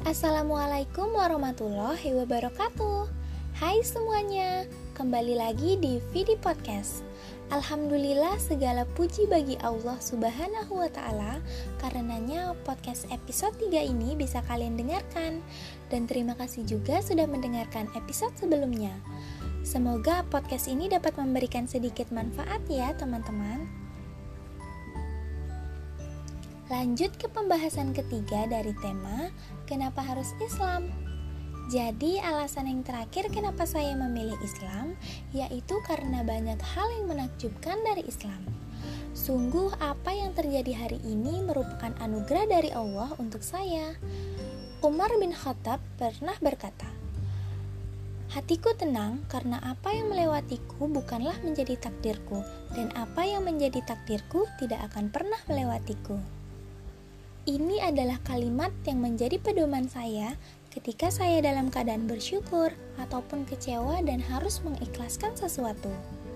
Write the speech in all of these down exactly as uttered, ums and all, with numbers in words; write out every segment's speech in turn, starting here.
Assalamualaikum warahmatullahi wabarakatuh. Hai semuanya, kembali lagi di Vidi Podcast. Alhamdulillah segala puji bagi Allah subhanahu wa ta'ala, karenanya podcast episode tiga ini bisa kalian dengarkan. Dan terima kasih juga sudah mendengarkan episode sebelumnya. Semoga podcast ini dapat memberikan sedikit manfaat ya teman-teman. Lanjut ke pembahasan ketiga dari tema Kenapa harus Islam? Jadi alasan yang terakhir kenapa saya memilih Islam yaitu karena banyak hal yang menakjubkan dari Islam. Sungguh apa yang terjadi hari ini merupakan anugerah dari Allah untuk saya. Umar bin Khattab pernah berkata, "Hatiku tenang karena apa yang melewatiku bukanlah menjadi takdirku, dan apa yang menjadi takdirku tidak akan pernah melewatiku." Ini adalah kalimat yang menjadi pedoman saya ketika saya dalam keadaan bersyukur ataupun kecewa dan harus mengikhlaskan sesuatu.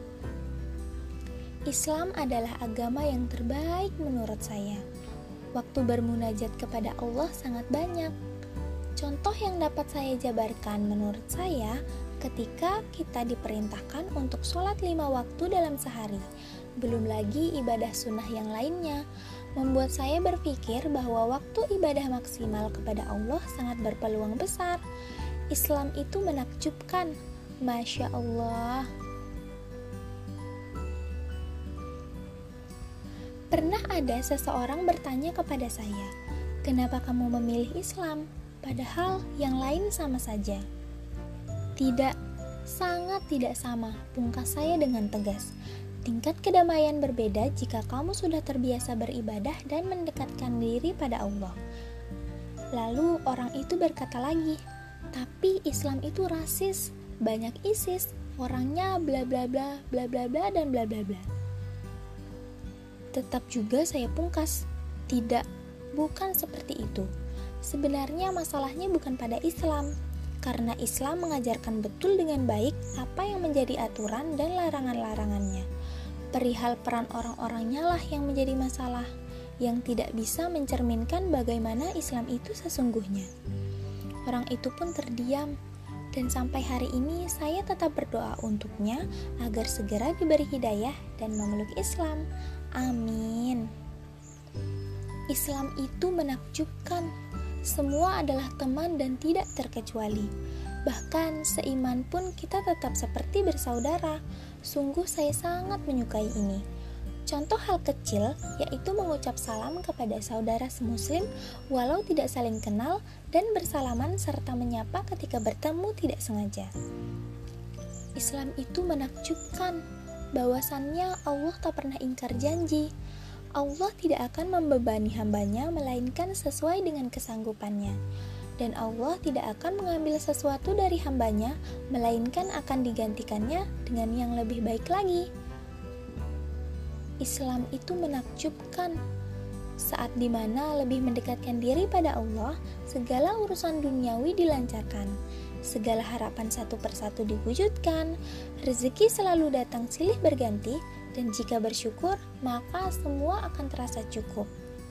Islam adalah agama yang terbaik menurut saya. Waktu bermunajat kepada Allah sangat banyak. Contoh yang dapat saya jabarkan menurut saya ketika kita diperintahkan untuk sholat lima waktu dalam sehari, belum lagi ibadah sunnah yang lainnya, membuat saya berpikir bahwa waktu ibadah maksimal kepada Allah sangat berpeluang besar. Islam itu menakjubkan, Masya Allah. Pernah ada seseorang bertanya kepada saya, "Kenapa kamu memilih Islam, padahal yang lain sama saja?" Tidak, sangat tidak sama, pungkas saya dengan tegas. Tingkat kedamaian berbeda jika kamu sudah terbiasa beribadah dan mendekatkan diri pada Allah. Lalu orang itu berkata lagi, "Tapi Islam itu rasis, banyak ISIS, orangnya bla bla bla bla bla bla dan bla bla bla." Tetap juga saya pungkas, "Tidak, bukan seperti itu. Sebenarnya masalahnya bukan pada Islam, karena Islam mengajarkan betul dengan baik apa yang menjadi aturan dan larangan-larangannya. Perihal peran orang-orangnya lah yang menjadi masalah, yang tidak bisa mencerminkan bagaimana Islam itu sesungguhnya." Orang itu pun terdiam, dan sampai hari ini saya tetap berdoa untuknya agar segera diberi hidayah dan memeluk Islam. Amin. Islam itu menakjubkan. Semua adalah teman dan tidak terkecuali. Bahkan seiman pun kita tetap seperti bersaudara. Sungguh saya sangat menyukai ini. Contoh hal kecil yaitu mengucap salam kepada saudara semuslim walau tidak saling kenal dan bersalaman serta menyapa ketika bertemu tidak sengaja. Islam itu menakjubkan. Bahwasannya Allah tak pernah ingkar janji. Allah tidak akan membebani hambanya melainkan sesuai dengan kesanggupannya. Dan Allah tidak akan mengambil sesuatu dari hambanya melainkan akan digantikannya dengan yang lebih baik lagi. Islam itu menakjubkan. Saat dimana lebih mendekatkan diri pada Allah, segala urusan duniawi dilancarkan, segala harapan satu persatu diwujudkan, rezeki selalu datang silih berganti, dan jika bersyukur, maka semua akan terasa cukup.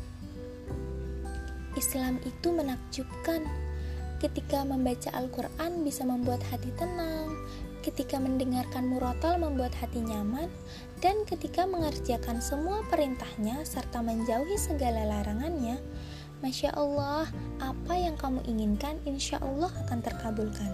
Islam itu menakjubkan. Ketika membaca Al-Quran bisa membuat hati tenang, ketika mendengarkan murotal membuat hati nyaman, dan ketika mengerjakan semua perintahnya serta menjauhi segala larangannya, Masya Allah, apa yang kamu inginkan insya Allah akan terkabulkan.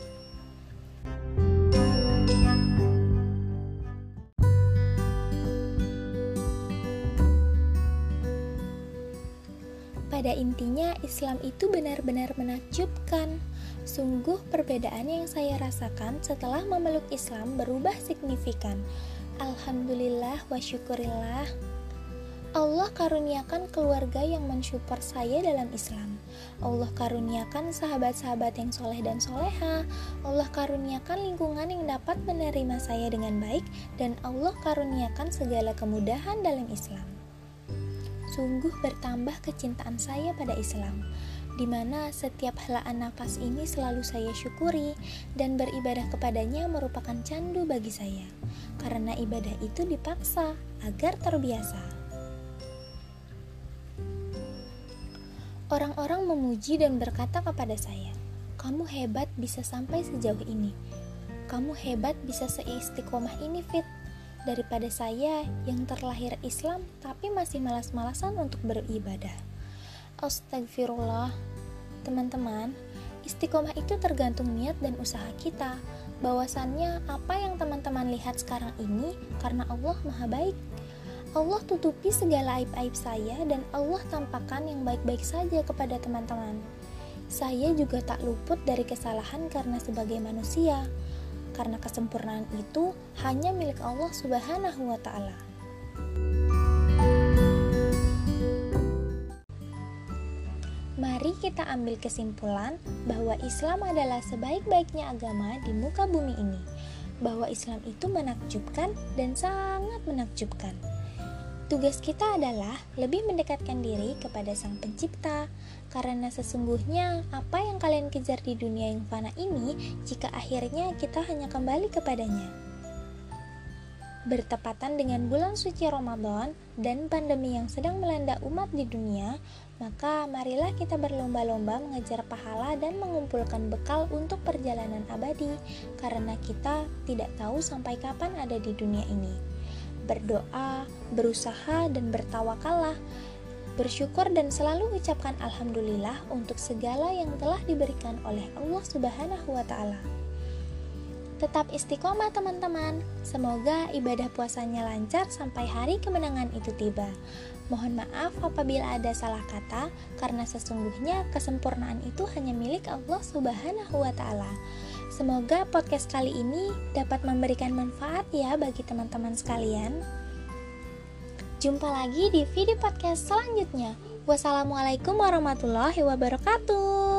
Pada intinya, Islam itu benar-benar menakjubkan. Sungguh perbedaan yang saya rasakan setelah memeluk Islam berubah signifikan. Alhamdulillah wa syukurillah. Allah karuniakan keluarga yang mensupport saya dalam Islam. Allah karuniakan sahabat-sahabat yang soleh dan soleha. Allah karuniakan lingkungan yang dapat menerima saya dengan baik. Dan Allah karuniakan segala kemudahan dalam Islam. Sungguh bertambah kecintaan saya pada Islam, di mana setiap helaan nafas ini selalu saya syukuri, dan beribadah kepadanya merupakan candu bagi saya, karena ibadah itu dipaksa agar terbiasa. Orang-orang memuji dan berkata kepada saya, "Kamu hebat bisa sampai sejauh ini. Kamu hebat bisa seistiqomah ini, Fit, daripada saya yang terlahir Islam tapi masih malas-malasan untuk beribadah." Astagfirullah. Teman-teman, istiqomah itu tergantung niat dan usaha kita. Bahwasannya apa yang teman-teman lihat sekarang ini karena Allah Maha Baik. Allah tutupi segala aib-aib saya dan Allah tampakkan yang baik-baik saja kepada teman-teman. Saya juga tak luput dari kesalahan karena sebagai manusia. Karena kesempurnaan itu hanya milik Allah Subhanahu wa Ta'ala. Mari kita ambil kesimpulan bahwa Islam adalah sebaik-baiknya agama di muka bumi ini. Bahwa Islam itu menakjubkan dan sangat menakjubkan. Tugas kita adalah lebih mendekatkan diri kepada Sang Pencipta, karena sesungguhnya apa yang kalian kejar di dunia yang fana ini, jika akhirnya kita hanya kembali kepadanya. Bertepatan dengan bulan suci Ramadan dan pandemi yang sedang melanda umat di dunia, maka marilah kita berlomba-lomba mengejar pahala dan mengumpulkan bekal untuk perjalanan abadi, karena kita tidak tahu sampai kapan ada di dunia ini. Berdoa, berusaha, dan bertawakallah. Bersyukur dan selalu ucapkan alhamdulillah untuk segala yang telah diberikan oleh Allah Subhanahu wa Ta'ala. Tetap istiqomah teman-teman. Semoga ibadah puasanya lancar sampai hari kemenangan itu tiba. Mohon maaf apabila ada salah kata, karena sesungguhnya kesempurnaan itu hanya milik Allah Subhanahu wa Ta'ala. Semoga podcast kali ini dapat memberikan manfaat ya bagi teman-teman sekalian. Jumpa lagi di video podcast selanjutnya. Wassalamualaikum warahmatullahi wabarakatuh.